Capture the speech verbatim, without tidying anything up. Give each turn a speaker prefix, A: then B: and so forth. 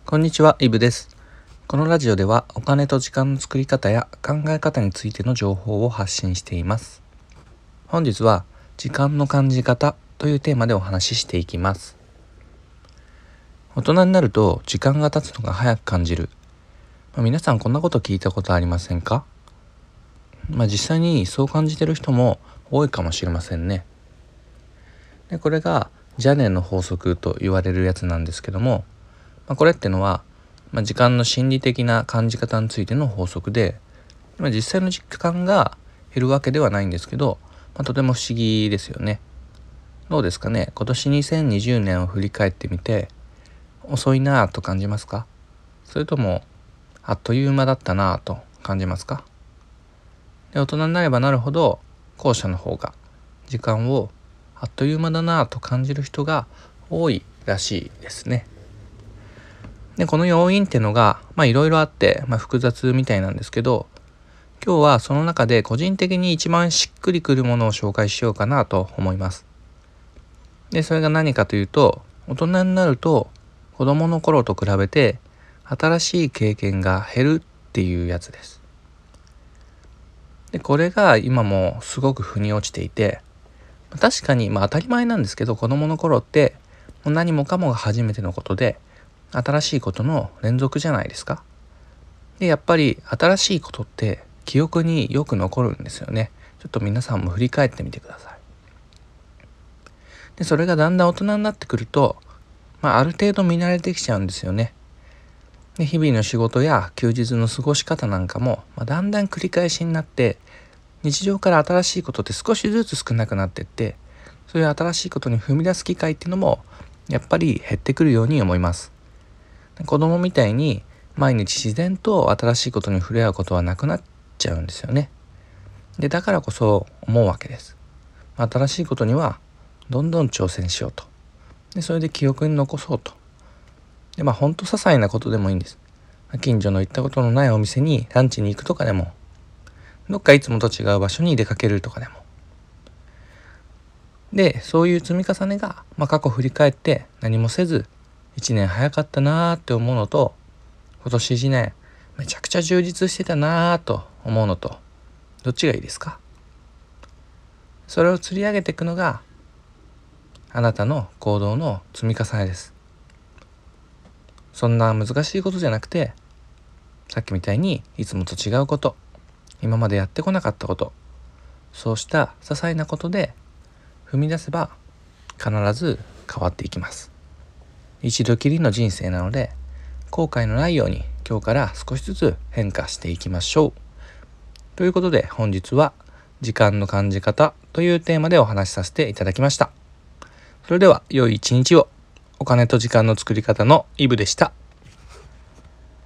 A: こんにちは、イブです。このラジオではお金と時間の作り方や考え方についての情報を発信しています。本日は時間の感じ方というテーマでお話ししていきます。大人になると時間が経つのが早く感じる。まあ、皆さんこんなこと聞いたことありませんか？まあ、実際にそう感じている人も多いかもしれませんね。でこれがジャネンの法則と言われるやつなんですけども、まあ、これってのは、まあ、時間の心理的な感じ方についての法則で、まあ、実際の時間が減るわけではないんですけど、まあ、とても不思議ですよね。どうですかね。今年にせんにじゅうねんを振り返ってみて遅いなぁと感じますか？それともあっという間だったなぁと感じますか？で大人になればなるほど後者の方が時間をあっという間だなぁと感じる人が多いらしいですね。でこの要因っていうのがまあいろいろあって、まあ、複雑みたいなんですけど、今日はその中で個人的に一番しっくりくるものを紹介しようかなと思います。でそれが何かというと、大人になると子供の頃と比べて新しい経験が減るっていうやつです。でこれが今もすごく腑に落ちていて、確かにまあ当たり前なんですけど、子供の頃ってもう何もかもが初めてのことで新しいことの連続じゃないですか。でやっぱり新しいことって記憶によく残るんですよね。ちょっと皆さんも振り返ってみてください。でそれがだんだん大人になってくると、まあ、ある程度見慣れてきちゃうんですよね。で日々の仕事や休日の過ごし方なんかも、まあ、だんだん繰り返しになって、日常から新しいことって少しずつ少なくなっていって、そういう新しいことに踏み出す機会っていうのもやっぱり減ってくるように思います。子供みたいに毎日自然と新しいことに触れ合うことはなくなっちゃうんですよね。でだからこそ思うわけです。新しいことにはどんどん挑戦しようと。でそれで記憶に残そうと。でまあほんと些細なことでもいいんです。近所の行ったことのないお店にランチに行くとかでも、どっかいつもと違う場所に出かけるとかでも。でそういう積み重ねが、まあ、過去振り返って何もせずいちねん早かったなーって思うのと、今年いちねんめちゃくちゃ充実してたなーと思うのと、どっちがいいですか？それを釣り上げていくのがあなたの行動の積み重ねです。そんな難しいことじゃなくて、さっきみたいにいつもと違うこと、今までやってこなかったこと、そうした些細なことで踏み出せば必ず変わっていきます。一度きりの人生なので、後悔のないように今日から少しずつ変化していきましょう。ということで本日は時間の感じ方というテーマでお話しさせていただきました。それでは良い一日を。お金と時間の作り方のイブでした。